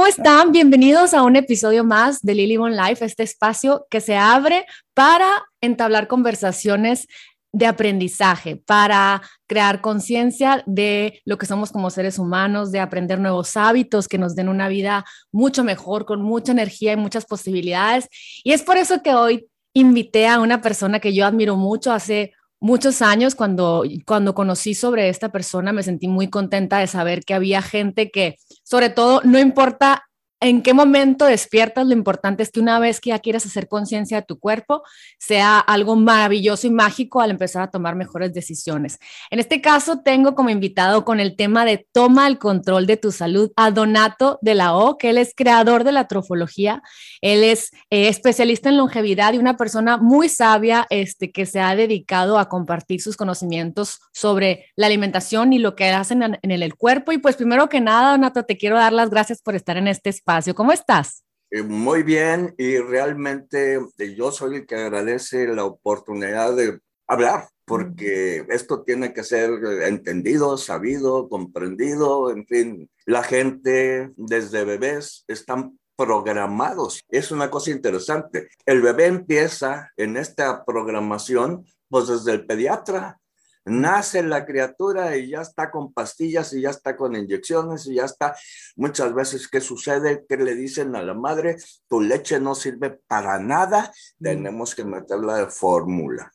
¿Cómo están? Bienvenidos a un episodio más de Lily Bon Life, este espacio que se abre para entablar conversaciones de aprendizaje, para crear conciencia de lo que somos como seres humanos, de aprender nuevos hábitos que nos den una vida mucho mejor, con mucha energía y muchas posibilidades. Y es por eso que hoy invité a una persona que yo admiro mucho hace muchos años. Cuando conocí sobre esta persona, me sentí muy contenta de saber que había gente que, sobre todo, no importa en qué momento despiertas, lo importante es que una vez que ya quieras hacer conciencia de tu cuerpo, sea algo maravilloso y mágico al empezar a tomar mejores decisiones. En este caso, tengo como invitado con el tema de toma el control de tu salud a Donato de la O, que él es creador de la trofología. Él es especialista en longevidad y una persona muy sabia que se ha dedicado a compartir sus conocimientos sobre la alimentación y lo que hacen en el cuerpo. Y pues primero que nada, Donato, te quiero dar las gracias por estar en este espacio. ¿Cómo estás? Muy bien, y realmente yo soy el que agradece la oportunidad de hablar, porque esto tiene que ser entendido, sabido, comprendido, en fin, la gente desde bebés están programados. Es una cosa interesante. El bebé empieza en esta programación, pues desde el pediatra. Nace la criatura y ya está con pastillas y ya está con inyecciones y ya está. Muchas veces, ¿qué sucede? ¿Qué le dicen a la madre? Tu leche no sirve para nada, tenemos que meterla de fórmula.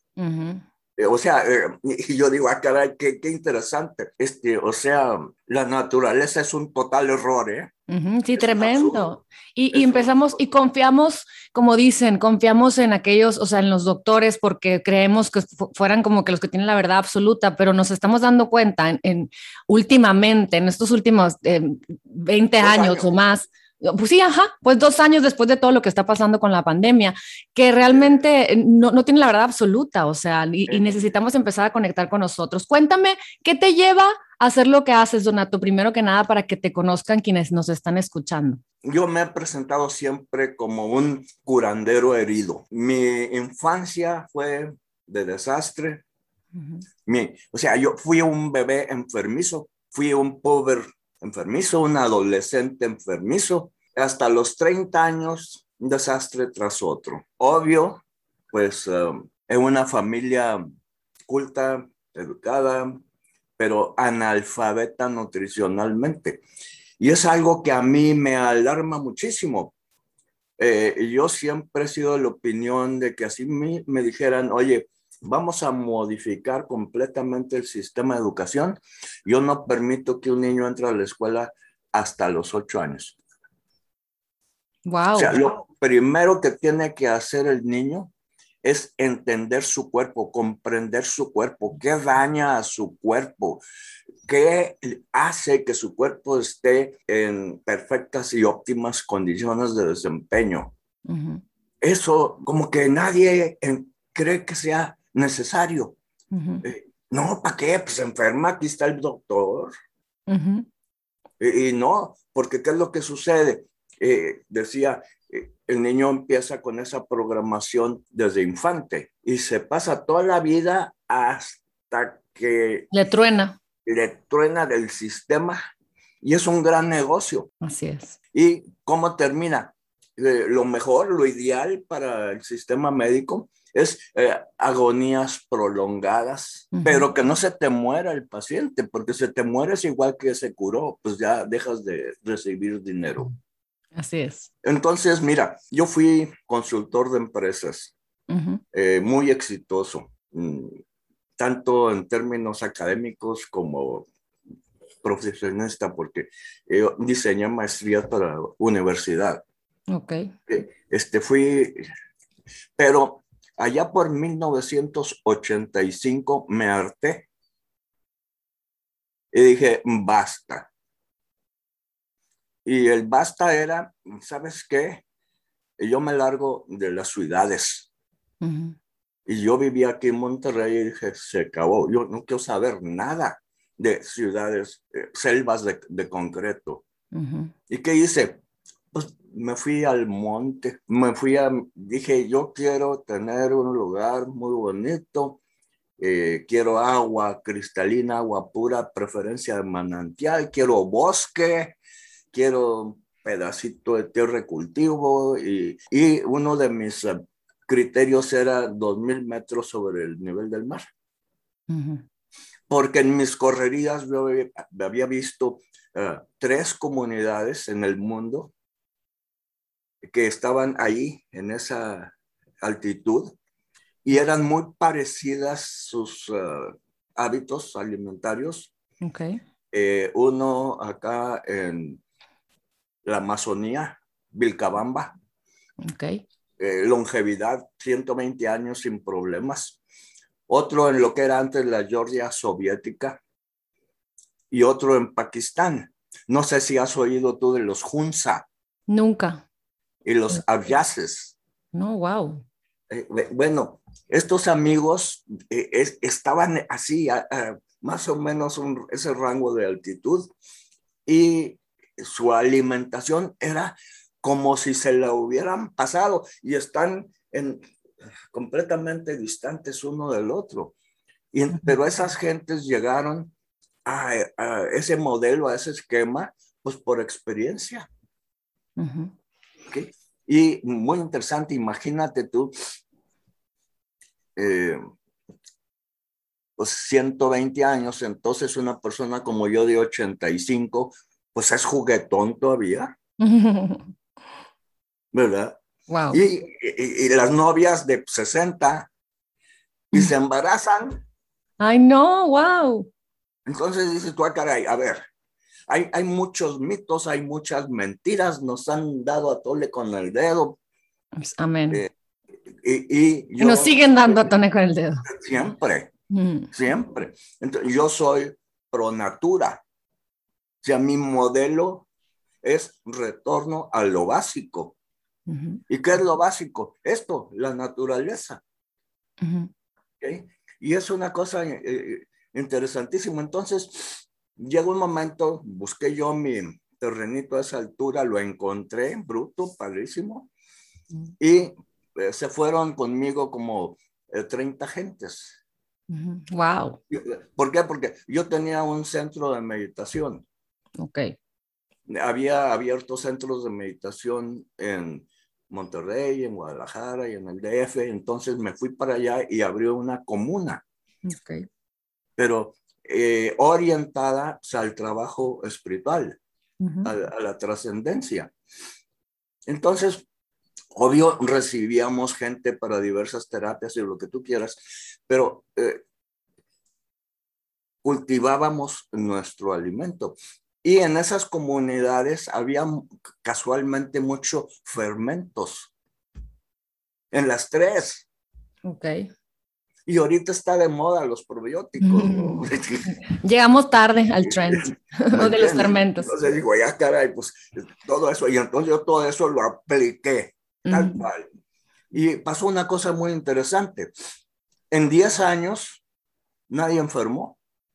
O sea, y yo digo, caray, qué interesante. O sea, la naturaleza es un total error, ¿eh? Sí, Es un absurdo. tremendo. Y empezamos y confiamos, como dicen, confiamos en aquellos, o sea, en los doctores, porque creemos que fueran como que los que tienen la verdad absoluta, pero nos estamos dando cuenta últimamente, en estos últimos 20 años o más, pues sí, ajá, pues 2 años después de todo lo que está pasando con la pandemia, que realmente no tiene la verdad absoluta, o sea, y necesitamos empezar a conectar con nosotros. Cuéntame, ¿qué te lleva a hacer lo que haces, Donato? Primero que nada, para que te conozcan quienes nos están escuchando. Yo me he presentado siempre como un curandero herido. Mi infancia fue de desastre. O sea, yo fui un bebé enfermizo, fui un pobre enfermizo, un adolescente enfermizo. Hasta los 30 años, un desastre tras otro. Obvio, pues en una familia culta, educada, pero analfabeta nutricionalmente. Y es algo que a mí me alarma muchísimo. Yo siempre he sido de la opinión de que así me dijeran, oye, vamos a modificar completamente el sistema de educación. Yo no permito que un niño entre a la escuela hasta los 8 años. Wow. O sea, lo primero que tiene que hacer el niño es entender su cuerpo, comprender su cuerpo, qué daña a su cuerpo, qué hace que su cuerpo esté en perfectas y óptimas condiciones de desempeño. Eso como que nadie cree que sea necesario. No, ¿para qué? Pues enferma, aquí está el doctor. Y no, porque ¿qué es lo que sucede? Decía, el niño empieza con esa programación desde infante y se pasa toda la vida hasta que Le truena. le truena del sistema y es un gran negocio. Así es. ¿Y cómo termina? Lo mejor, lo ideal para el sistema médico es agonías prolongadas, pero que no se te muera el paciente, porque si te mueres igual que se curó, pues ya dejas de recibir dinero. Así es. Entonces, mira, yo fui consultor de empresas, muy exitoso, tanto en términos académicos como profesionista, porque diseñé maestría para universidad. Ok. Fui, pero allá por 1985 me harté y dije, basta. Y el basta era, ¿sabes qué? Yo me largo de las ciudades. Y yo vivía aquí en Monterrey y dije, se acabó. Yo no quiero saber nada de ciudades, selvas de concreto. ¿Y qué hice? Pues me fui al monte, dije, yo quiero tener un lugar muy bonito, quiero agua cristalina, agua pura, preferencia de manantial, quiero bosque, quiero pedacito de tierra de cultivo y uno de mis criterios era 2,000 metros sobre el nivel del mar. Porque en mis correrías yo había visto 3 comunidades en el mundo que estaban ahí en esa altitud y eran muy parecidas sus hábitos alimentarios. Okay. Uno acá en la Amazonía, Vilcabamba. Okay. Longevidad, 120 años sin problemas. Otro en lo que era antes la Georgia soviética y otro en Pakistán. No sé si has oído tú de los Hunza. Nunca. Y los Abyases. No, wow. Bueno, estos amigos estaban así, más o menos ese rango de altitud, y su alimentación era como si se la hubieran pasado y están completamente distantes uno del otro. Pero esas gentes llegaron a ese modelo, a ese esquema, pues por experiencia. ¿Okay? Y muy interesante, imagínate tú, pues 120 años, entonces una persona como yo de 85, pues es juguetón todavía, ¿verdad? Wow. Y las novias de 60 y se embarazan. Ay, no, wow. Entonces dices tú, caray, a ver, hay muchos mitos, hay muchas mentiras, nos han dado a tole con el dedo. Amén. Y Y nos yo siguen dando a tone con el dedo. siempre, siempre. Entonces, yo soy pro natura. O sea, mi modelo es retorno a lo básico. ¿Y qué es lo básico? Esto, la naturaleza. ¿Okay? Y es una cosa interesantísima. Entonces, llegó un momento, busqué yo mi terrenito a esa altura, lo encontré, bruto, padrísimo, y se fueron conmigo como 30 gentes. Wow. ¿Por qué? Porque yo tenía un centro de meditación. Ok. Había abierto centros de meditación en Monterrey, en Guadalajara y en el DF. Entonces me fui para allá y abrió una comuna. Okay. Pero orientada al trabajo espiritual, a la trascendencia. Entonces, obvio, recibíamos gente para diversas terapias y lo que tú quieras, pero cultivábamos nuestro alimento. Y en esas comunidades había casualmente muchos fermentos. En las 3. Ok. Y ahorita está de moda los probióticos, ¿no? Llegamos tarde al trend ¿Me de los entiendes? fermentos. Entonces digo, ya caray, pues todo eso. Y entonces yo todo eso lo apliqué, tal cual. Y pasó una cosa muy interesante. En 10 años, nadie enfermó.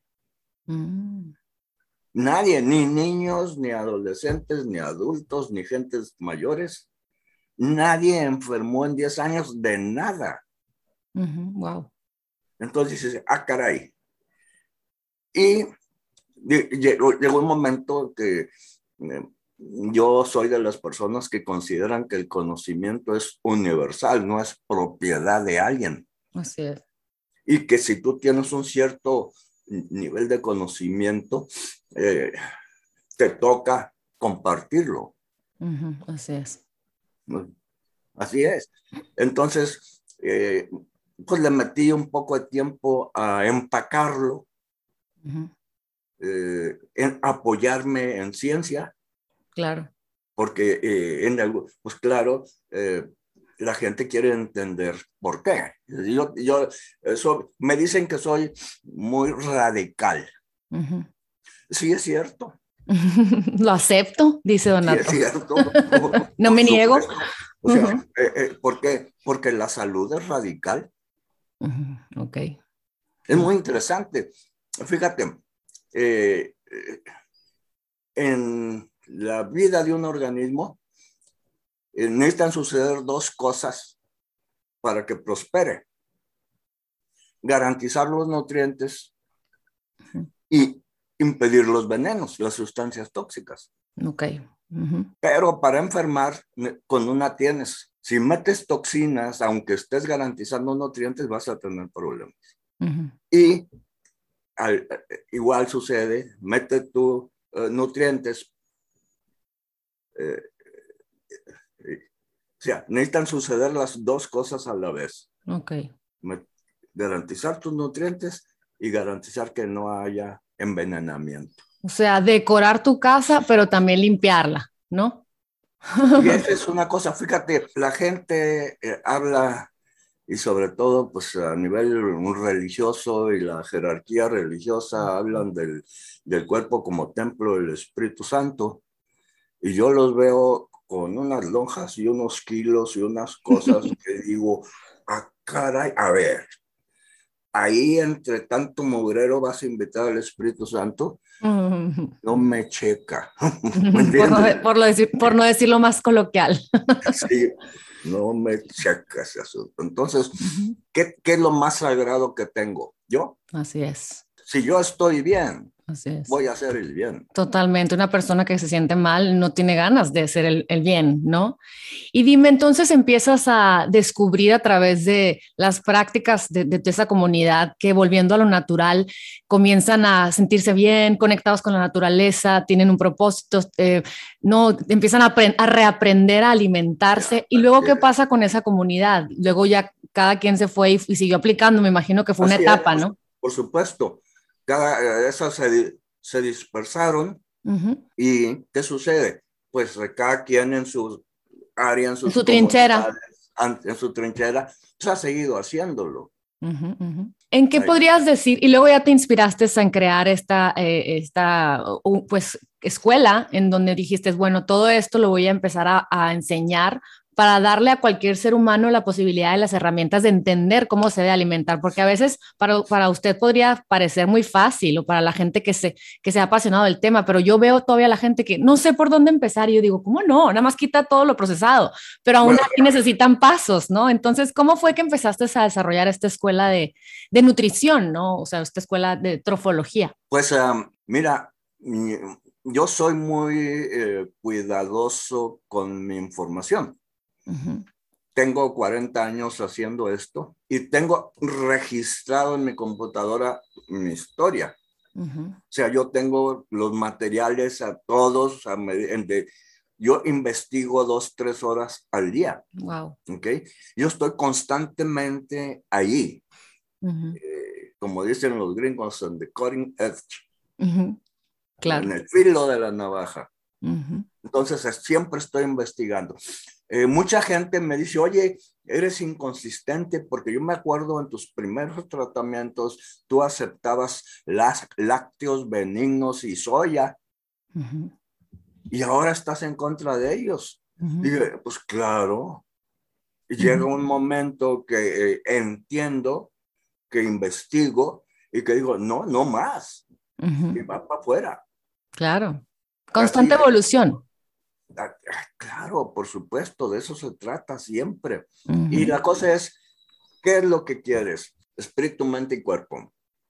Nadie, ni niños, ni adolescentes, ni adultos, ni gentes mayores. Nadie enfermó en 10 años de nada. Wow. Entonces dices, caray. Y llegó un momento que yo soy de las personas que consideran que el conocimiento es universal, no es propiedad de alguien. Así es. Y que si tú tienes un cierto nivel de conocimiento, te toca compartirlo. Así es. Así es. Entonces, pues le metí un poco de tiempo a empacarlo, en apoyarme en ciencia. Claro. Porque pues claro, la gente quiere entender por qué. Me dicen que soy muy radical. Sí es cierto. Lo acepto, dice Sí es Donato. cierto. No Por me niego. supuesto. O sea, ¿por qué? Porque la salud es radical. Ok. Es muy interesante. Fíjate, en la vida de un organismo necesitan suceder 2 cosas para que prospere: garantizar los nutrientes y impedir los venenos, las sustancias tóxicas. Ok. Pero para enfermar, con una tienes. Si metes toxinas, aunque estés garantizando nutrientes, vas a tener problemas. Y igual sucede, mete tu nutrientes. O sea, necesitan suceder las dos cosas a la vez. Ok. Garantizar tus nutrientes y garantizar que no haya envenenamiento. O sea, decorar tu casa, pero también limpiarla, ¿no? Y esa es una cosa, fíjate, la gente habla, y sobre todo pues a nivel religioso y la jerarquía religiosa hablan del cuerpo como templo del Espíritu Santo, y yo los veo con unas lonjas y unos kilos y unas cosas que digo, ah, caray, a ver, ahí entre tanto mugrero vas a invitar al Espíritu Santo, no me checa, ¿me entiendes? Por no decirlo más coloquial. Sí, no me checa ese asunto. Entonces, ¿qué es lo más sagrado que tengo? Yo. Así es, Si yo estoy bien, así es. voy a hacer el bien. Totalmente, una persona que se siente mal no tiene ganas de hacer el bien, ¿no? Y dime, entonces empiezas a descubrir a través de las prácticas de esa comunidad que volviendo a lo natural comienzan a sentirse bien, conectados con la naturaleza, tienen un propósito, no empiezan a reaprender a alimentarse. Y luego, ¿qué pasa con esa comunidad? Luego ya cada quien se fue y siguió aplicando, me imagino que fue una Así es, etapa, ¿no? por supuesto. Esas se dispersaron. ¿Y qué sucede? Pues cada quien en su área, en En sus su trinchera. comunidades, en su trinchera, pues ha seguido haciéndolo. ¿En qué Ahí. podrías decir? Y luego ya te inspiraste en crear pues, escuela en donde dijiste, bueno, todo esto lo voy a empezar a enseñar para darle a cualquier ser humano la posibilidad de las herramientas de entender cómo se debe alimentar, porque a veces para usted podría parecer muy fácil o para la gente que se ha apasionado del tema, pero yo veo todavía a la gente que no sé por dónde empezar y yo digo, ¿cómo no? Nada más quita todo lo procesado, pero aún Bueno, así necesitan pasos, ¿no? Entonces, ¿cómo fue que empezaste a desarrollar esta escuela de nutrición, ¿no? O sea, esta escuela de trofología? pues mira, yo soy muy cuidadoso con mi información. Tengo 40 años haciendo esto y tengo registrado en mi computadora mi historia. O sea, yo tengo los materiales a todos, yo investigo 2, 3 horas al día. Wow. ¿Ok? Yo estoy constantemente allí. Como dicen los gringos, en the cutting edge, Claro. en el filo de la navaja. Entonces, siempre estoy investigando. Mucha gente me dice, oye, eres inconsistente porque yo me acuerdo en tus primeros tratamientos, tú aceptabas lácteos benignos y soya y ahora estás en contra de ellos. Dije, pues claro. Y llega un momento que entiendo, que investigo y que digo, no, no más. Y va para afuera. Claro. Así Constante evolución. claro, por supuesto, de eso se trata siempre. Y la cosa es, ¿qué es lo que quieres? Espíritu, mente y cuerpo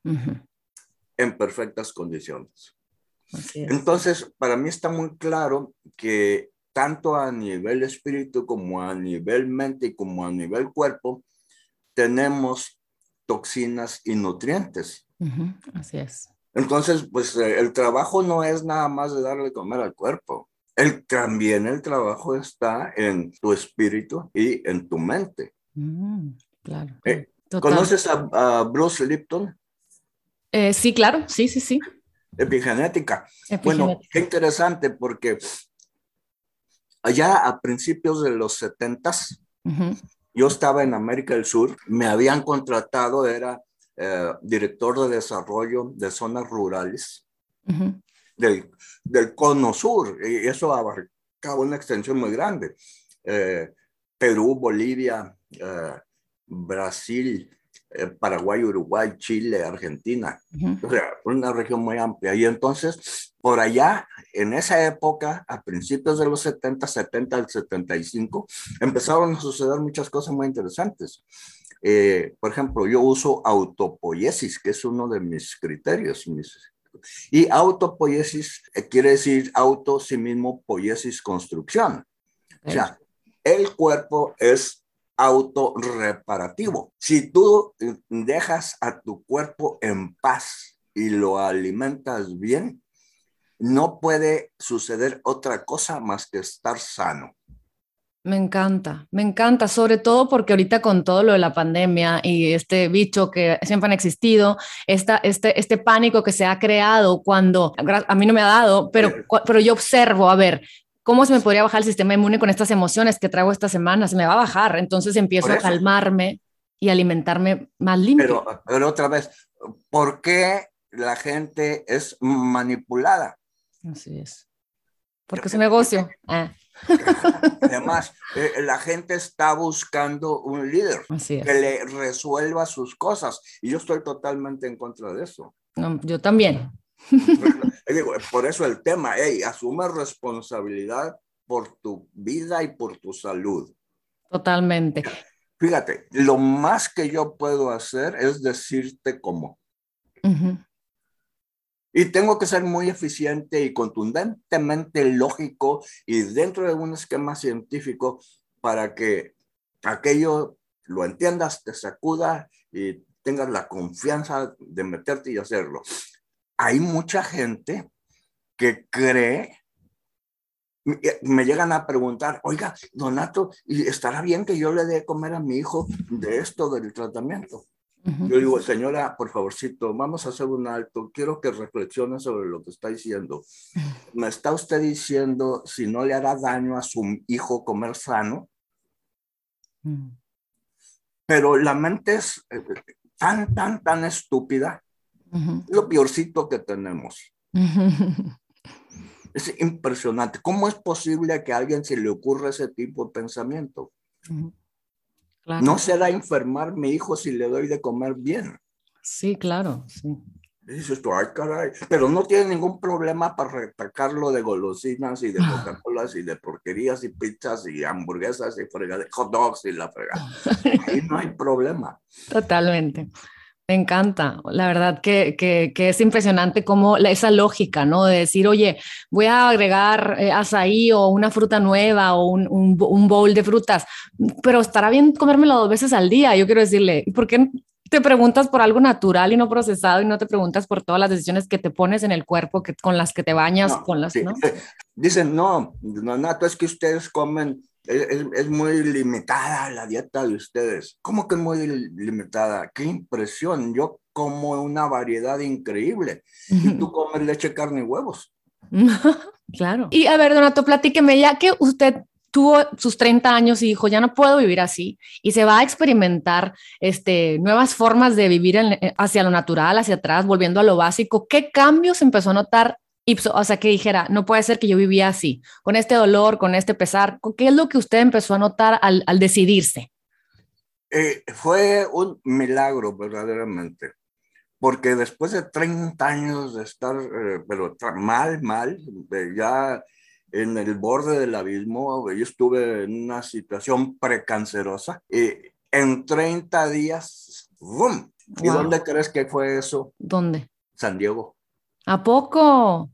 en perfectas condiciones. Así es. Entonces, para mí está muy claro que tanto a nivel espíritu como a nivel mente y como a nivel cuerpo, tenemos toxinas y nutrientes. Así es. Entonces, pues el trabajo no es nada más de darle de comer al cuerpo. También el trabajo está en tu espíritu y en tu mente. Claro, claro. Total. ¿Conoces a Bruce Lipton? Sí, claro. Sí, sí, sí. Epigenética. Bueno, qué Epigenética. interesante porque allá a principios de los 70s, yo estaba en América del Sur, me habían contratado, era director de desarrollo de zonas rurales del cono sur, y eso abarcaba una extensión muy grande. Perú, Bolivia, Brasil, Paraguay, Uruguay, Chile, Argentina. O sea, una región muy amplia. Y entonces, por allá, en esa época, a principios de los 70, 70 al 75, empezaron a suceder muchas cosas muy interesantes. Por ejemplo, yo uso autopoiesis, que es uno de mis criterios, Y autopoiesis quiere decir auto, sí mismo, poiesis, construcción. O sea, el cuerpo es autorreparativo. Si tú dejas a tu cuerpo en paz y lo alimentas bien, no puede suceder otra cosa más que estar sano. Me encanta, sobre todo porque ahorita con todo lo de la pandemia y este bicho que siempre han existido, este pánico que se ha creado cuando a mí no me ha dado, pero yo observo, a ver, ¿cómo se me podría bajar el sistema inmune con estas emociones que traigo esta semana? Se me va a bajar, entonces empiezo a calmarme y alimentarme más limpio. Pero otra vez, ¿por qué la gente es manipulada? Así es. Porque es un negocio. Además, la gente está buscando un líder que le resuelva sus cosas y yo estoy totalmente en contra de eso. No, yo también. Por eso el tema, asume responsabilidad por tu vida y por tu salud. Totalmente. Fíjate, lo más que yo puedo hacer es decirte cómo. Uh-huh. Y tengo que ser muy eficiente y contundentemente lógico y dentro de un esquema científico para que aquello lo entiendas, te sacuda y tengas la confianza de meterte y hacerlo. Hay mucha gente que cree, me llegan a preguntar, oiga, Donato, ¿y estará bien que yo le dé comer a mi hijo de esto del tratamiento? Yo digo, señora, por favorcito, vamos a hacer un alto. Quiero que reflexione sobre lo que está diciendo. ¿Me está usted diciendo si no le hará daño a su hijo comer sano? Pero la mente es tan estúpida. Lo peorcito que tenemos. Es impresionante. ¿Cómo es posible que a alguien se le ocurra ese tipo de pensamiento? Claro. No será enfermar mi hijo si le doy de comer bien. Sí, claro, sí. Dices tú, ay, caray, pero no tiene ningún problema para retacarlo de golosinas y de Coca-Colas y de porquerías y pizzas y hamburguesas y hot dogs y la fregada. Ahí no hay problema. Totalmente. Me encanta, la verdad que es impresionante cómo esa lógica, ¿no? De decir, oye, voy a agregar azaí o una fruta nueva o un bowl de frutas, pero estará bien comérmelo 2 veces al día. Yo quiero decirle, ¿por qué te preguntas por algo natural y no procesado y no te preguntas por todas las decisiones que te pones en el cuerpo, con las que te bañas, no, con las, sí. ¿no? Dicen, no, Nato, es que ustedes comen, es muy limitada la dieta de ustedes. ¿Cómo que muy limitada? ¡Qué impresión! Yo como una variedad increíble. Y tú comes leche, carne y huevos. Claro. Y a ver, Donato, platíqueme, ya que usted tuvo sus 30 años y dijo, ya no puedo vivir así, y se va a experimentar nuevas formas de vivir hacia lo natural, hacia atrás, volviendo a lo básico, ¿qué cambios empezó a notar? O sea, que dijera, no puede ser que yo vivía así, con este dolor, con este pesar. ¿Qué es lo que usted empezó a notar al decidirse? Fue un milagro, verdaderamente. Porque después de 30 años de estar, pero mal, ya en el borde del abismo, yo estuve en una situación precancerosa. En 30 días, ¡bum! Wow. ¿Y dónde crees que fue eso? ¿Dónde? San Diego. ¿A poco?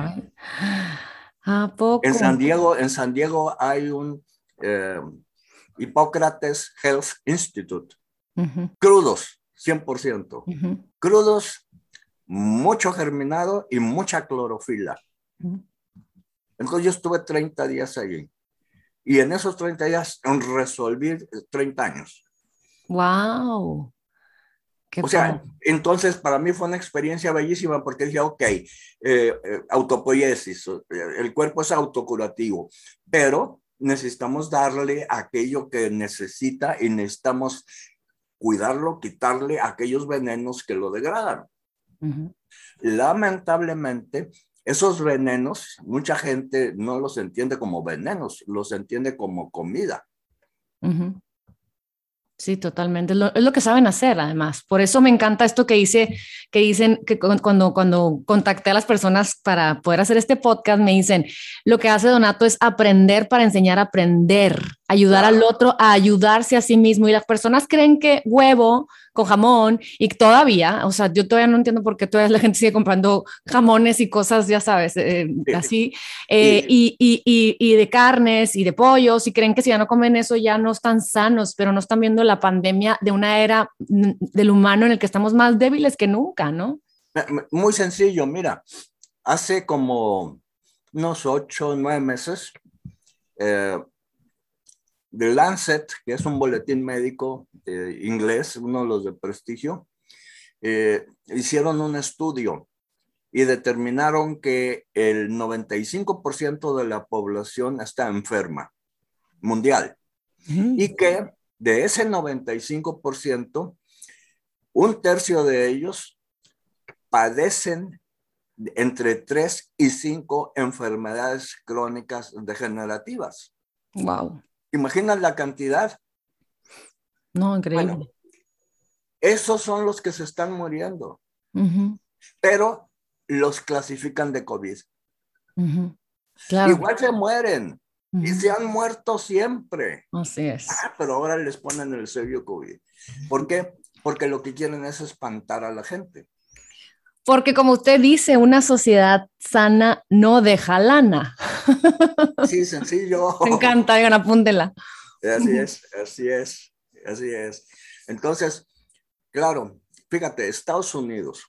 ¿A poco? En San Diego hay un Hipócrates Health Institute. Crudos, 100%. Crudos, mucho germinado y mucha clorofila. Entonces yo estuve 30 días allí. Y en esos 30 días resolví 30 años. ¡Wow! O sea, entonces para mí fue una experiencia bellísima porque dije, ok, autopoiesis, el cuerpo es autocurativo, pero necesitamos darle aquello que necesita y necesitamos cuidarlo, quitarle aquellos venenos que lo degradan. Lamentablemente, esos venenos, mucha gente no los entiende como venenos, los entiende como comida. Sí, totalmente. Es lo que saben hacer, además. Por eso me encanta esto que dicen que cuando contacté a las personas para poder hacer este podcast, me dicen, lo que hace Donato es aprender para enseñar a aprender. ayudar al otro a ayudarse a sí mismo. Y las personas creen que huevo con jamón y todavía, o sea, yo todavía no entiendo por qué todavía la gente sigue comprando jamones y cosas, ya sabes, así, Y, y de carnes y de pollos, y creen que si ya no comen eso ya no están sanos, pero no están viendo la pandemia de una era del humano en el que estamos más débiles que nunca, ¿no? muy sencillo, mira, hace como unos 8 o 9 meses, eh, The Lancet, que es un boletín médico inglés, uno de los de prestigio, hicieron un estudio y determinaron que el 95% de la población está enferma mundial y que de ese 95%, un tercio de ellos padecen entre 3 y 5 enfermedades crónicas degenerativas. Wow. ¿Imaginas la cantidad? No, Bueno, increíble. esos son los que se están muriendo, pero los clasifican de COVID. Claro. Igual se mueren y se han muerto siempre. Así es. Pero ahora les ponen el sello COVID. ¿Por qué? Porque lo que quieren es espantar a la gente. Porque como usted dice, una sociedad sana no deja lana. Sí, sencillo. Me encanta, digan, apúntela. Así es, así es, así es. Entonces, claro, fíjate, Estados Unidos,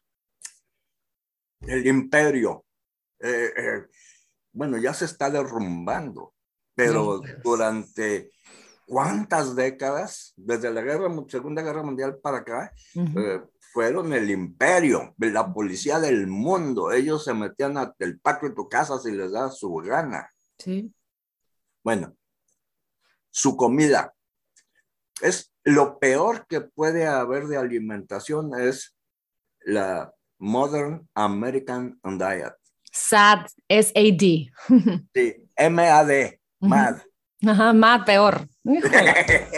el imperio, eh, eh, bueno, ya se está derrumbando, pero durante cuántas décadas, desde la Segunda Guerra Mundial para acá, fueron el imperio, la policía del mundo. Ellos se metían al patio de tu casa si les da su gana. Sí. Bueno, su comida es lo peor que puede haber de alimentación, es la Modern American Diet. SAD, SAD. Sí, MAD, MAD. Ajá, más peor. Híjole.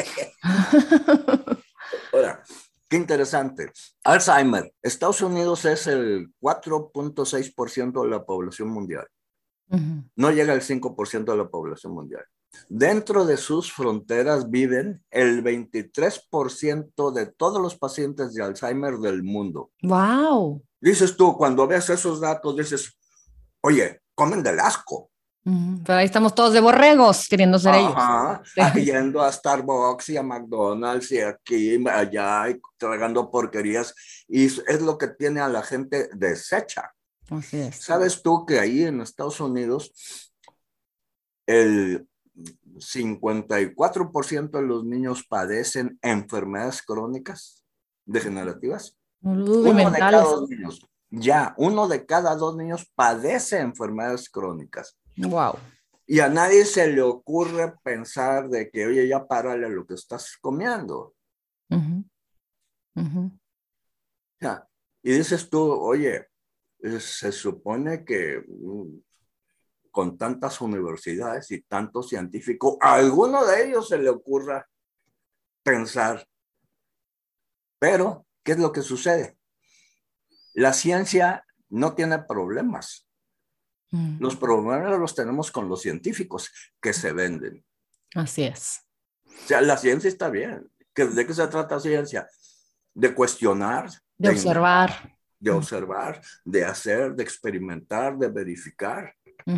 Ahora, qué interesante. Alzheimer. Estados Unidos es el 4.6% de la población mundial. No llega al 5% de la población mundial. Dentro de sus fronteras viven el 23% de todos los pacientes de Alzheimer del mundo. Wow. Dices tú, cuando ves esos datos, dices, oye, comen del asco. Pero ahí estamos todos de borregos queriendo ser ellos. Ajá, yendo a Starbucks y a McDonald's y aquí, allá, y tragando porquerías. Y es lo que tiene a la gente deshecha. Así es. ¿Sabes tú que ahí en Estados Unidos el 54% de los niños padecen enfermedades crónicas degenerativas? Y Uno de cada mentales. 2 niños, uno de cada 2 niños padece enfermedades crónicas. Wow. Y a nadie se le ocurre pensar de que, oye, ya párale lo que estás comiendo. Ya. Y dices tú, oye, se supone que con tantas universidades y tantos científicos, a alguno de ellos se le ocurra pensar. Pero, ¿qué es lo que sucede? La ciencia no tiene problemas. Los problemas los tenemos con los científicos que se venden. Así es. O sea, la ciencia está bien. ¿De qué se trata ciencia? De cuestionar, De observar. indagar, de observar, de hacer, de experimentar, de verificar.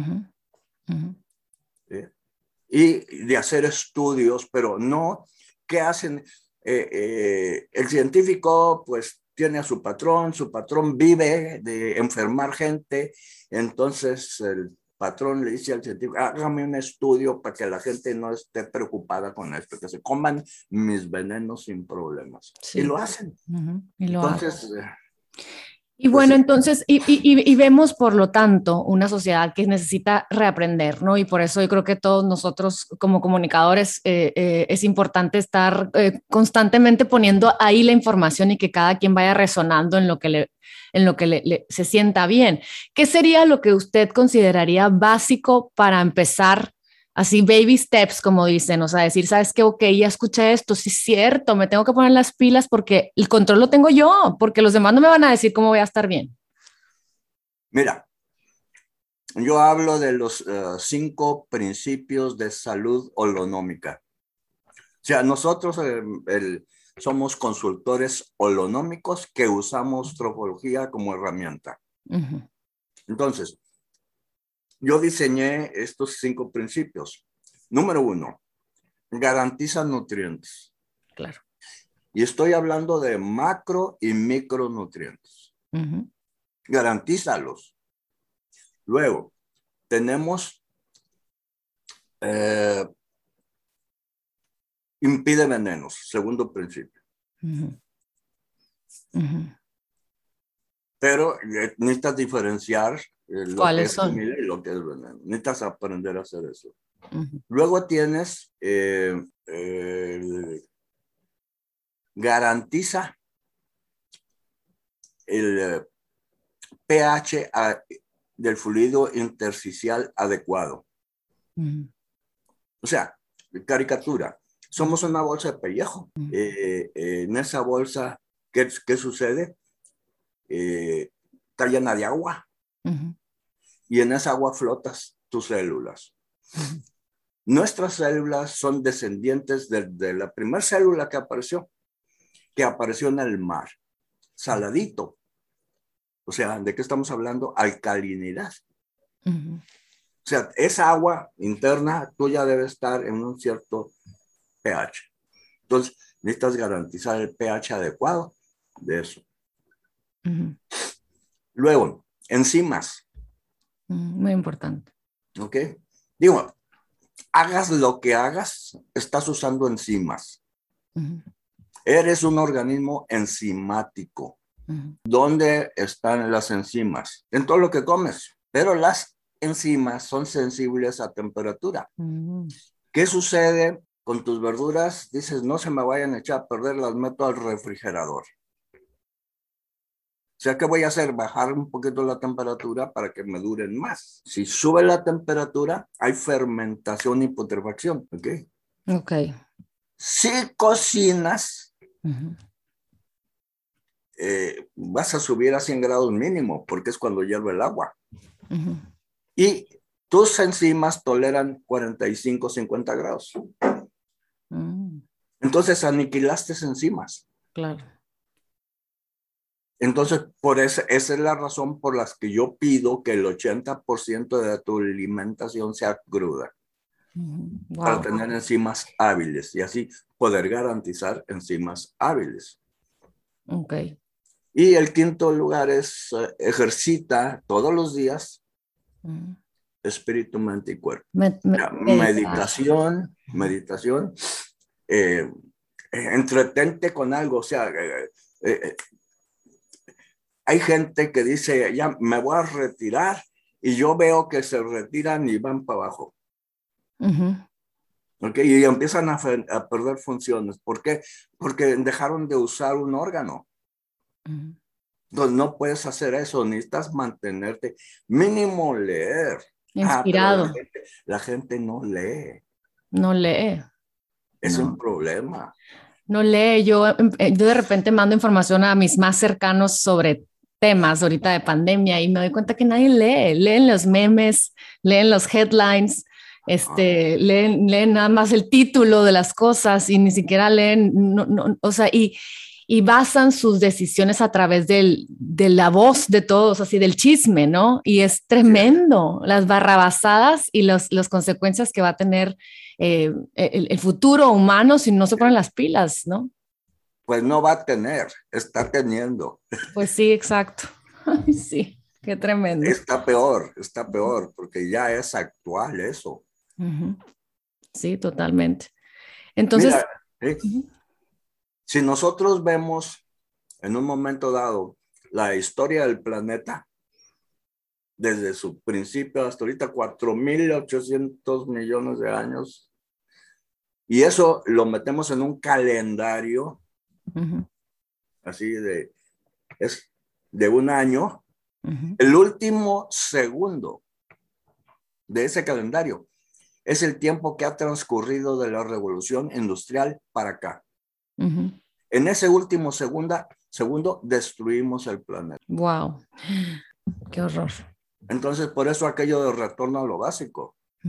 ¿Sí? Y de hacer estudios, pero no, ¿qué hacen? El científico pues tiene a su patrón vive de enfermar gente, entonces el patrón le dice al científico, hágame un estudio para que la gente no esté preocupada con esto, que se coman mis venenos sin problemas. Sí. Y lo hacen. Y lo entonces, hacen. Y pues bueno, sí. entonces, y vemos por lo tanto una sociedad que necesita reaprender, ¿no? Y por eso yo creo que todos nosotros como comunicadores es importante estar constantemente poniendo ahí la información y que cada quien vaya resonando en lo que se sienta bien. ¿Qué sería lo que usted consideraría básico para empezar? Así, baby steps, como dicen, o sea, decir, ¿sabes qué? Ok, ya escuché esto, sí es cierto, me tengo que poner las pilas porque el control lo tengo yo, porque los demás no me van a decir cómo voy a estar bien. Mira, yo hablo de los 5 principios de salud holonómica. sea, nosotros somos consultores holonómicos que usamos trofología como herramienta. Ujú. Entonces, yo diseñé estos 5 principios. Número 1, garantiza nutrientes. Claro. Y estoy hablando de macro y micronutrientes. Ujú. Garantízalos. Luego, tenemos impide venenos, segundo principio. Ujú. Ujú. Pero necesitas diferenciar lo que ¿Cuáles es son? comida y lo que es veneno. Necesitas aprender a hacer eso. Ujú. Luego tienes garantiza el pH del fluido intersticial adecuado. Ujú. O sea, caricatura. Somos una bolsa de pellejo. Ujú. En esa bolsa, ¿qué sucede? Está llena de agua. Ujú. Y en esa agua flotas tus células. Ujú. Nuestras células son descendientes de la primera célula que apareció en el mar, saladito. O sea, ¿de qué estamos hablando? Alcalinidad. Ujú. O sea, esa agua interna tuya debe estar en un cierto pH. Entonces, necesitas garantizar el pH adecuado de eso. Ujú. Luego, enzimas. Muy importante. ¿Ok? Digo, hagas lo que hagas, estás usando enzimas. Ujú. Eres un organismo enzimático. Ujú. ¿Dónde están las enzimas? En todo lo que comes. Pero las enzimas son sensibles a temperatura. Ujú. ¿Qué sucede con tus verduras? Dices, no se me vayan a echar a perder, las meto al refrigerador. O sea, ¿qué voy a hacer? Bajar un poquito la temperatura para que me duren más. Si sube la temperatura, hay fermentación y putrefacción. ¿Ok? Ok. Si cocinas, Ujú. vas a subir a 100 grados mínimo, porque es cuando hierve el agua. Ujú. Y tus enzimas toleran 45, 50 grados. Mm. Entonces aniquilaste enzimas. Claro. Entonces, esa es la razón por la que yo pido que el 80% de tu alimentación sea cruda, para Wow. tener enzimas hábiles y así poder garantizar enzimas hábiles. Ok. Y el quinto lugar es ejercita todos los días Ujú. espíritu, mente y cuerpo. Meditar. Meditación, entretente con algo, o sea, eh, hay gente que dice, ya me voy a retirar y yo veo que se retiran y van para abajo. Ujú. ¿Ok? Y empiezan a perder funciones. ¿Por qué? Porque dejaron de usar un órgano. Ujú. Entonces no puedes hacer eso, necesitas mantenerte, mínimo leer. Pero Inspirado. la gente no lee. No lee. Es un No. problema. No lee. Yo de repente mando información a mis más cercanos sobre temas ahorita de pandemia y me doy cuenta que nadie lee. Leen los memes, leen los headlines, leen nada más el título de las cosas y ni siquiera leen, o sea, y basan sus decisiones a través de la voz de todos, así del chisme, ¿no? Y es tremendo las barrabasadas y las consecuencias que va a tener el futuro humano si no se ponen las pilas, ¿no? Pues no va a tener, está teniendo. Pues sí, exacto. Ay, sí, qué tremendo. Está peor, porque ya es actual eso. Ujú. Sí, totalmente. Entonces, Mira, si nosotros vemos en un momento dado la historia del planeta, desde su principio hasta ahorita, 4.800 millones de años, y eso lo metemos en un calendario, ujú, así es de un año, ujú. el último segundo de ese calendario es el tiempo que ha transcurrido de la revolución industrial para acá. Ujú. En ese último segundo destruimos el planeta. Wow, qué horror. Entonces, por eso aquello de retorno a lo básico. Ujú.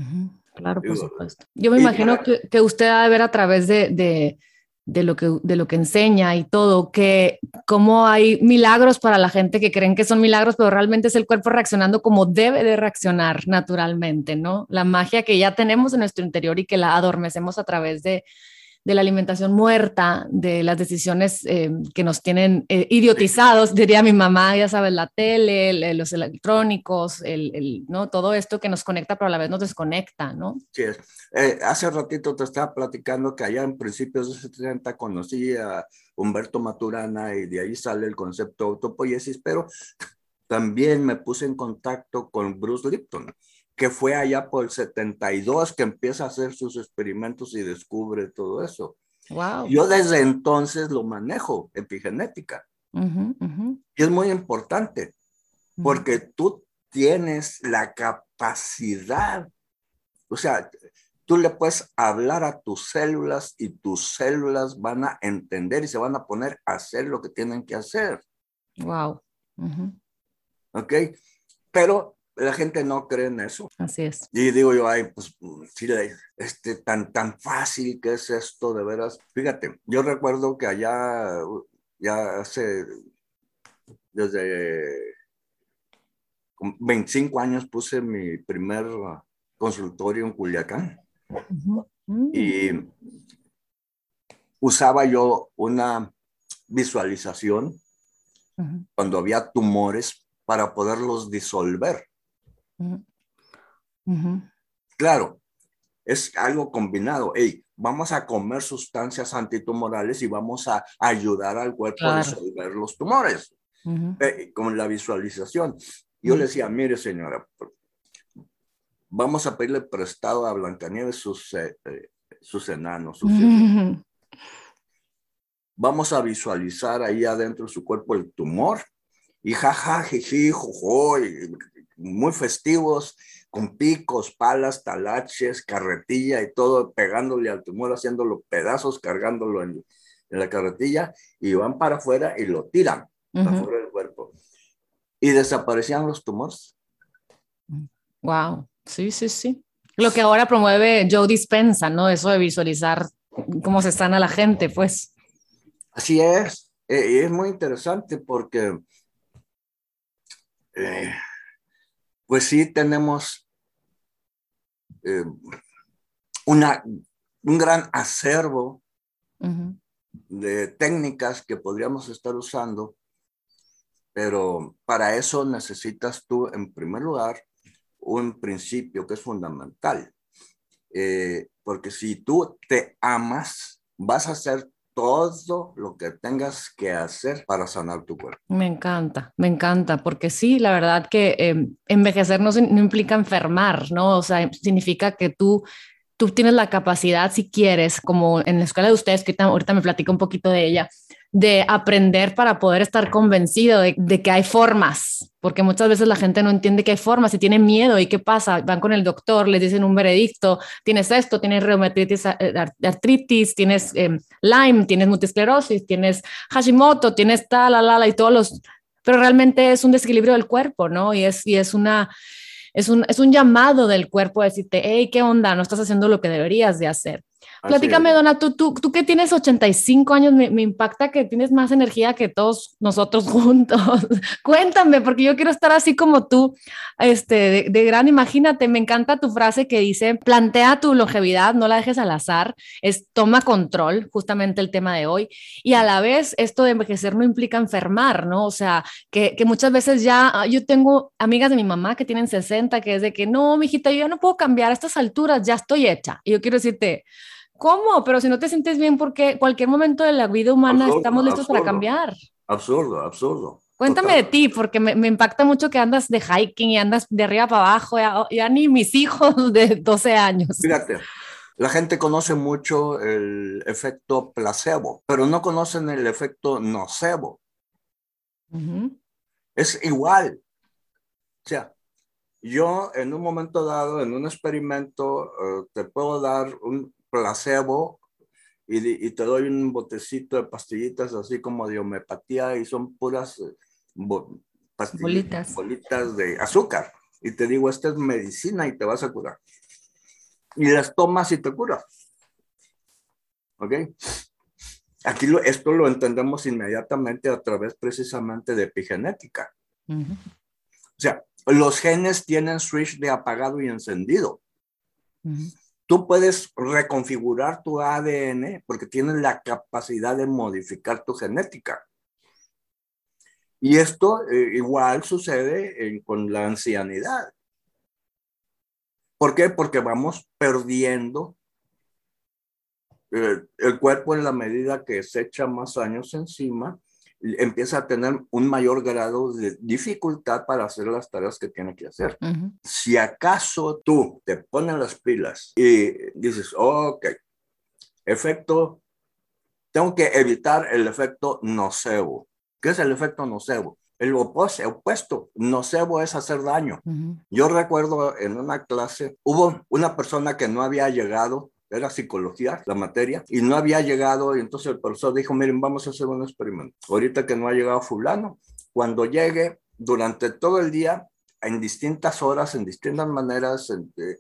Claro, por Digo, supuesto. Yo me y imagino que usted ha de ver a través de lo que enseña y todo, que cómo hay milagros para la gente que creen que son milagros, pero realmente es el cuerpo reaccionando como debe de reaccionar naturalmente, ¿no? La magia que ya tenemos en nuestro interior y que la adormecemos a través de la alimentación muerta, de las decisiones que nos tienen idiotizados, diría mi mamá, ya sabes, la tele, los electrónicos, ¿no? Todo esto que nos conecta, pero a la vez nos desconecta, ¿no? sí, hace ratito te estaba platicando que allá en principios de los 70 conocí a Humberto Maturana y de ahí sale el concepto de autopoiesis, pero también me puse en contacto con Bruce Lipton, que fue allá por el 72 que empieza a hacer sus experimentos y descubre todo eso. Wow. Yo desde entonces lo manejo, epigenética. Y es muy importante porque tú tienes la capacidad, o sea, tú le puedes hablar a tus células y tus células van a entender y se van a poner a hacer lo que tienen que hacer. Wow. ¿Ok? Pero la gente no cree en eso. Así es. Y digo yo, ay, pues sí, tan fácil que es esto, de veras. Fíjate, yo recuerdo que allá, ya hace, desde 25 años puse mi primer consultorio en Culiacán. Y usaba yo una visualización cuando había tumores para poderlos disolver. Claro, es algo combinado. Hey, vamos a comer sustancias antitumorales y vamos a ayudar al cuerpo a disolver los tumores. Con la visualización. Yo le decía, mire señora, vamos a pedirle prestado a Blancanieves sus enanos, sus hijos. Vamos a visualizar ahí adentro de su cuerpo el tumor y jaja, jiji, jojo, muy festivos, con picos, palas, talaches, carretilla y todo, pegándole al tumor, haciéndolo pedazos, cargándolo en la carretilla y van para afuera y lo tiran afuera del cuerpo. Y desaparecían los tumores. Wow, sí, sí, sí. Lo que ahora promueve Joe Dispenza, ¿no? Eso de visualizar cómo se sana la gente, pues. Así es. Es muy interesante porque pues sí tenemos un gran acervo de técnicas que podríamos estar usando, pero para eso necesitas tú, en primer lugar, un principio que es fundamental. Porque si tú te amas, vas a hacer todo lo que tengas que hacer para sanar tu cuerpo. Me encanta, porque sí, la verdad que envejecer no implica enfermar, ¿no? O sea, significa que tú tienes la capacidad, si quieres, como en la escuela de ustedes, que ahorita me platica un poquito de ella, de aprender para poder estar convencido de que hay formas, porque muchas veces la gente no entiende que hay formas y tiene miedo. ¿Y qué pasa? Van con el doctor, les dicen un veredicto, tienes esto, tienes reumatitis, artritis, tienes Lyme, tienes multiesclerosis, tienes Hashimoto, tienes tal, y todos los... Pero realmente es un desequilibrio del cuerpo, ¿no? Y es un llamado del cuerpo a decirte, hey, ¿qué onda? No estás haciendo lo que deberías de hacer. Platícame, Donna, tú que tienes 85 años, me impacta que tienes más energía que todos nosotros juntos. Cuéntame, porque yo quiero estar así como tú, de gran, imagínate, me encanta tu frase que dice, plantea tu longevidad, no la dejes al azar, toma control, justamente el tema de hoy, y a la vez esto de envejecer no implica enfermar, ¿no? O sea, que muchas veces yo tengo amigas de mi mamá que tienen 60, que es de que, no, mijita, yo ya no puedo cambiar a estas alturas, ya estoy hecha. Y yo quiero decirte, ¿cómo? Pero si no te sientes bien, porque cualquier momento de la vida humana estamos listos para cambiar. Absurdo. Cuéntame de ti, porque me impacta mucho que andas de hiking y andas de arriba para abajo, ya ni mis hijos de 12 años. Fíjate, la gente conoce mucho el efecto placebo, pero no conocen el efecto nocebo. Es igual. O sea, yo en un momento dado, en un experimento, te puedo dar un placebo y te doy un botecito de pastillitas así como de homeopatía y son puras bolitas de azúcar. Y te digo, esta es medicina y te vas a curar. y las tomas y te curas. ¿Ok? Aquí esto lo entendemos inmediatamente a través precisamente de epigenética. O sea, los genes tienen switch de apagado y encendido. Tú puedes reconfigurar tu ADN porque tienes la capacidad de modificar tu genética. Y esto igual sucede con la ancianidad. ¿Por qué? Porque vamos perdiendo el cuerpo en la medida que se echa más años encima, empieza a tener un mayor grado de dificultad para hacer las tareas que tiene que hacer. Si acaso tú te pones las pilas y dices, ok, efecto, tengo que evitar el efecto nocebo. ¿Qué es el efecto nocebo? El opuesto, nocebo es hacer daño. Yo recuerdo en una clase, hubo una persona que no había llegado, era psicología, la materia, y no había llegado, y entonces el profesor dijo, miren, vamos a hacer un experimento. Ahorita que no ha llegado fulano, cuando llegue, durante todo el día, en distintas horas, en distintas maneras,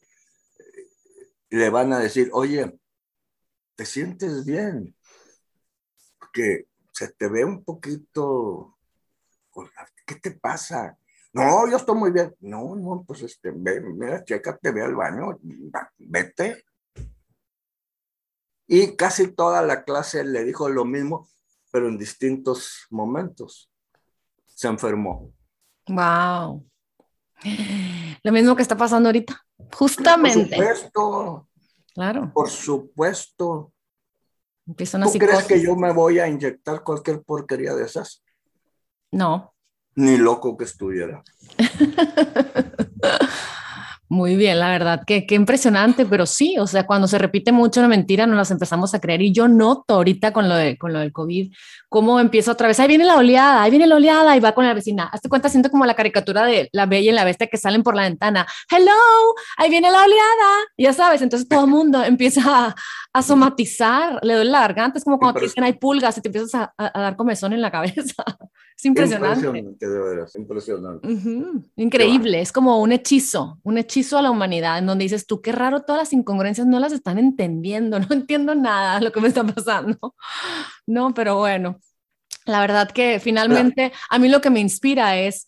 le van a decir, oye, ¿te sientes bien? Porque se te ve un poquito, ¿qué te pasa? No, yo estoy muy bien. No, pues ve, mira, chécate, ve al baño, vete. Y casi toda la clase le dijo lo mismo, pero en distintos momentos. Se enfermó. Wow. Lo mismo que está pasando ahorita, justamente. Por supuesto. Claro. Por supuesto. Empieza una ¿Tú crees que psicosis. yo me voy a inyectar cualquier porquería de esas? No. Ni loco que estuviera. Muy bien, la verdad, qué impresionante, pero sí, o sea, cuando se repite mucho una mentira, nos las empezamos a creer y yo noto ahorita con lo del COVID, cómo empieza otra vez, ahí viene la oleada y va con la vecina. Hazte cuenta, siento como la caricatura de La Bella y la Bestia que salen por la ventana, hello, ahí viene la oleada, ya sabes, entonces todo el mundo empieza a somatizar, le duele la garganta, es como cuando te dicen hay pulgas y te empiezas a dar comezón en la cabeza. Es impresionante. Impresionante, de veras, impresionante. Increíble, es como un hechizo a la humanidad, en donde dices tú, qué raro, todas las incongruencias no las están entendiendo, no entiendo nada de lo que me está pasando. No, pero bueno, la verdad que finalmente a mí lo que me inspira es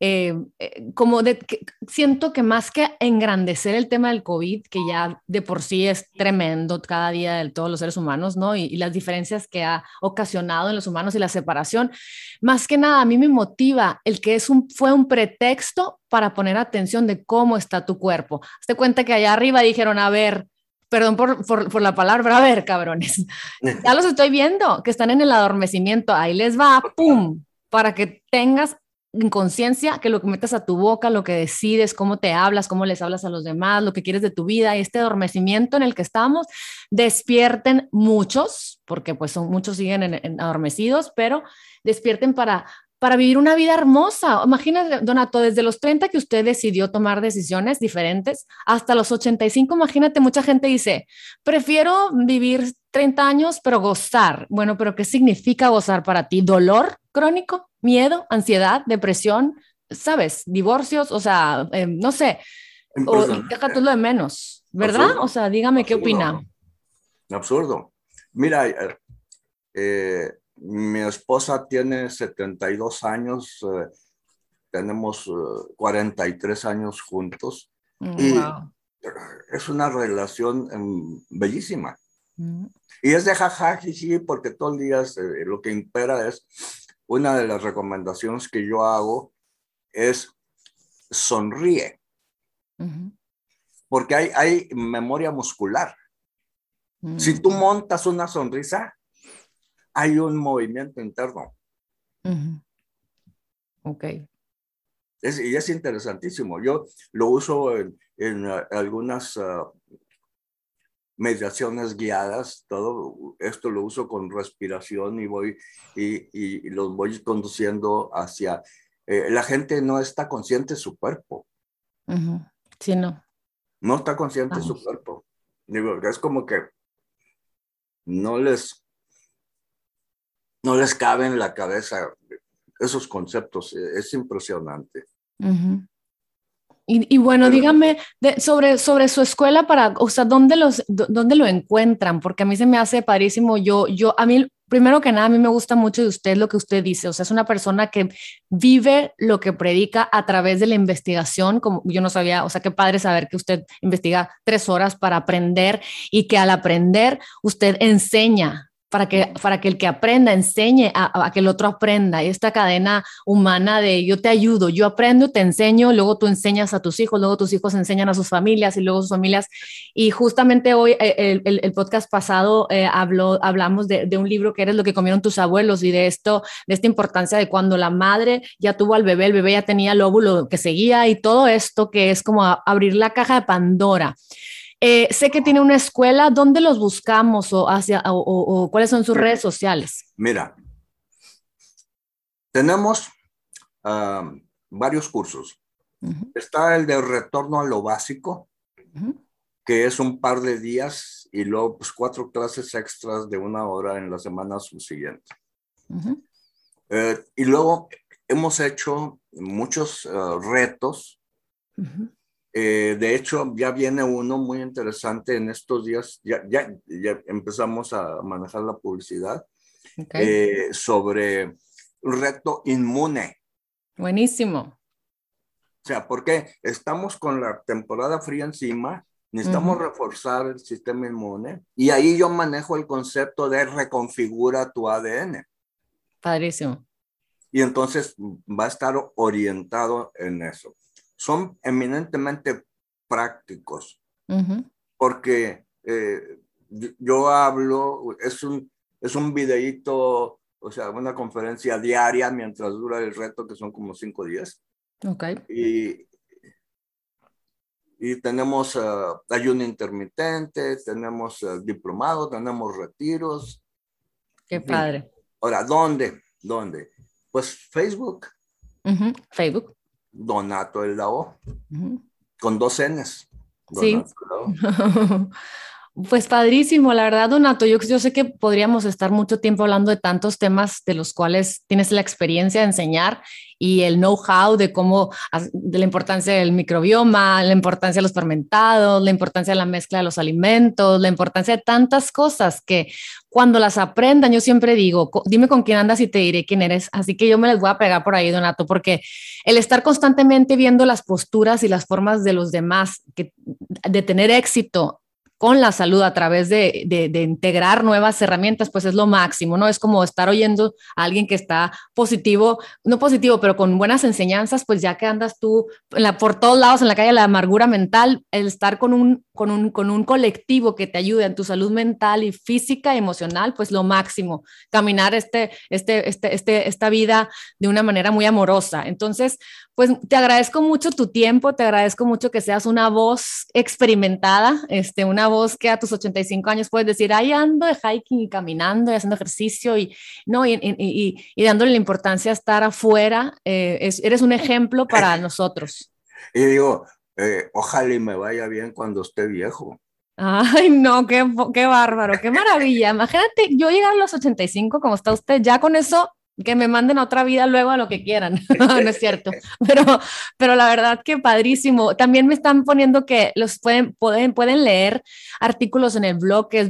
siento que más que engrandecer el tema del COVID, que ya de por sí es tremendo cada día de todos los seres humanos, ¿no? Y las diferencias que ha ocasionado en los humanos y la separación, más que nada a mí me motiva el que fue un pretexto para poner atención de cómo está tu cuerpo. Hazte cuenta que allá arriba dijeron, a ver, perdón por la palabra, a ver, cabrones, ya los estoy viendo, que están en el adormecimiento, ahí les va, ¡pum! Para que tengas en conciencia que lo que metes a tu boca, lo que decides, cómo te hablas, cómo les hablas a los demás, lo que quieres de tu vida, y este adormecimiento en el que estamos, despierten muchos, porque pues muchos siguen adormecidos, pero despierten para vivir una vida hermosa. Imagínate, Donato, desde los 30 que usted decidió tomar decisiones diferentes hasta los 85, imagínate, mucha gente dice, prefiero vivir 30 años, pero gozar. Bueno, pero ¿qué significa gozar para ti? ¿Dolor crónico? ¿Miedo? ¿Ansiedad? ¿Depresión? ¿Sabes? ¿Divorcios? O sea, no sé. O deja tú lo de menos, ¿verdad? Absurdo. O sea, dígame Absurdo. qué opina. Absurdo. Mira, mi esposa tiene 72 años, tenemos 43 años juntos y Wow. es una relación bellísima. Y es de jajaji, porque todo el día lo que impera es, una de las recomendaciones que yo hago es sonríe, porque hay memoria muscular. Si tú montas una sonrisa, hay un movimiento interno. Ok. Y es interesantísimo. Yo lo uso en algunas meditaciones guiadas. Todo esto lo uso con respiración y y los voy conduciendo hacia... la gente no está consciente de su cuerpo. Sí, no. No está consciente de su cuerpo. Digo, es como que no les cabe en la cabeza esos conceptos. Es impresionante. Y bueno, dígame sobre su escuela o sea, ¿dónde lo encuentran? Porque a mí se me hace padrísimo. A mí, primero que nada, a mí me gusta mucho de usted lo que usted dice. O sea, es una persona que vive lo que predica a través de la investigación. Como yo no sabía, o sea, qué padre saber que usted investiga 3 horas para aprender y que al aprender usted enseña. Para que el que aprenda enseñe a que el otro aprenda. Y esta cadena humana de yo te ayudo, yo aprendo, te enseño, luego tú enseñas a tus hijos, luego tus hijos enseñan a sus familias y luego sus familias. Y justamente hoy, el podcast pasado, hablamos de un libro que eres lo que comieron tus abuelos y de esto, de esta importancia de cuando la madre ya tuvo al bebé, el bebé ya tenía el óvulo que seguía y todo esto que es como abrir la caja de Pandora. Sé que tiene una escuela. ¿Dónde los buscamos o cuáles son sus redes sociales? Mira, tenemos varios cursos. Uh-huh. Está el de retorno a lo básico, uh-huh, que es un par de días y luego pues 4 clases extras de 1 hora en la semana subsiguiente. Uh-huh. Y luego hemos hecho muchos retos. Uh-huh. De hecho, ya viene uno muy interesante en estos días. Ya empezamos a manejar la publicidad. Okay. Sobre un reto inmune. Buenísimo. O sea, porque estamos con la temporada fría encima, necesitamos reforzar el sistema inmune y ahí yo manejo el concepto de reconfigura tu ADN. Padrísimo. Y entonces va a estar orientado en eso. Son eminentemente prácticos, porque yo hablo, es un videíto, o sea, una conferencia diaria mientras dura el reto, que son como 5 días. Okay. Y tenemos ayuno intermitente, tenemos diplomado, tenemos retiros. Qué padre. Ahora, ¿dónde? Pues Facebook. Facebook. Donato el Lao, con 2 Ns. Donato, sí. Pues padrísimo, la verdad, Donato. Yo sé que podríamos estar mucho tiempo hablando de tantos temas de los cuales tienes la experiencia de enseñar y el know-how de la importancia del microbioma, la importancia de los fermentados, la importancia de la mezcla de los alimentos, la importancia de tantas cosas que cuando las aprendan, yo siempre digo, dime con quién andas y te diré quién eres. Así que yo me les voy a pegar por ahí, Donato, porque el estar constantemente viendo las posturas y las formas de los demás, de tener éxito con la salud a través de integrar nuevas herramientas, pues es lo máximo, ¿no? Es como estar oyendo a alguien que está positivo, no positivo, pero con buenas enseñanzas, pues ya que andas tú por todos lados en la calle de la amargura mental, el estar con un colectivo que te ayude en tu salud mental y física y emocional, pues lo máximo, caminar esta vida de una manera muy amorosa. Entonces, pues te agradezco mucho tu tiempo, te agradezco mucho que seas una voz experimentada, una voz que a tus 85 años puedes decir, ahí ando de hiking y caminando y haciendo ejercicio y dándole la importancia a estar afuera. Eres un ejemplo para nosotros. Y digo, ojalá y me vaya bien cuando esté viejo. Ay, no, qué bárbaro, qué maravilla. Imagínate, yo llegar a los 85 como está usted, ya con eso, que me manden a otra vida luego a lo que quieran. No es cierto, pero la verdad que padrísimo. También me están poniendo que los pueden leer artículos en el blog, que es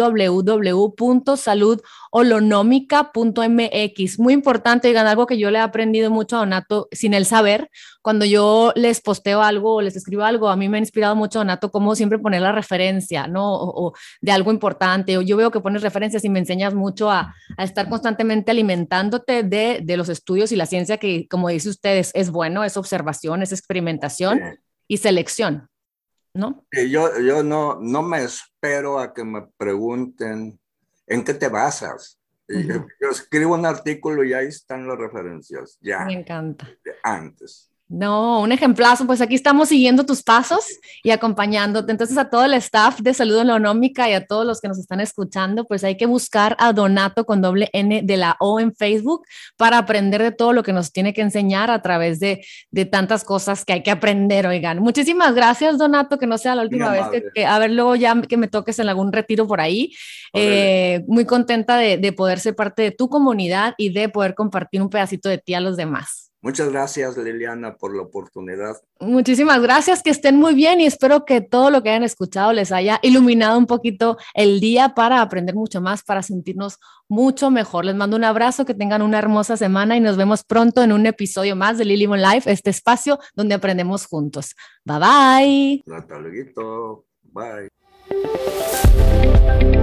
www.saludholonomica.mx. Muy importante, digan, algo que yo le he aprendido mucho a Donato sin él saber. Cuando yo les posteo algo o les escribo algo, a mí me ha inspirado mucho, Donato, cómo siempre poner la referencia, ¿no? O de algo importante. O yo veo que pones referencias y me enseñas mucho a estar constantemente alimentándote de los estudios y la ciencia que, como dice usted, es bueno, es observación, es experimentación y selección, ¿no? Yo no me espero a que me pregunten ¿en qué te basas? Yo escribo un artículo y ahí están las referencias, ya. Me encanta. Antes. No, un ejemplazo, pues aquí estamos siguiendo tus pasos y acompañándote. Entonces a todo el staff de Salud Holonómica y a todos los que nos están escuchando, pues hay que buscar a Donato con doble N de la O en Facebook para aprender de todo lo que nos tiene que enseñar a través de tantas cosas que hay que aprender, oigan. Muchísimas gracias, Donato, que no sea la última vez que a ver, luego ya que me toques en algún retiro por ahí. Muy contenta de poder ser parte de tu comunidad y de poder compartir un pedacito de ti a los demás. Muchas gracias, Liliana, por la oportunidad. Muchísimas gracias, que estén muy bien y espero que todo lo que hayan escuchado les haya iluminado un poquito el día para aprender mucho más, para sentirnos mucho mejor. Les mando un abrazo, que tengan una hermosa semana y nos vemos pronto en un episodio más de Lily Mon Life, este espacio donde aprendemos juntos. Bye bye. Hasta luego. Bye.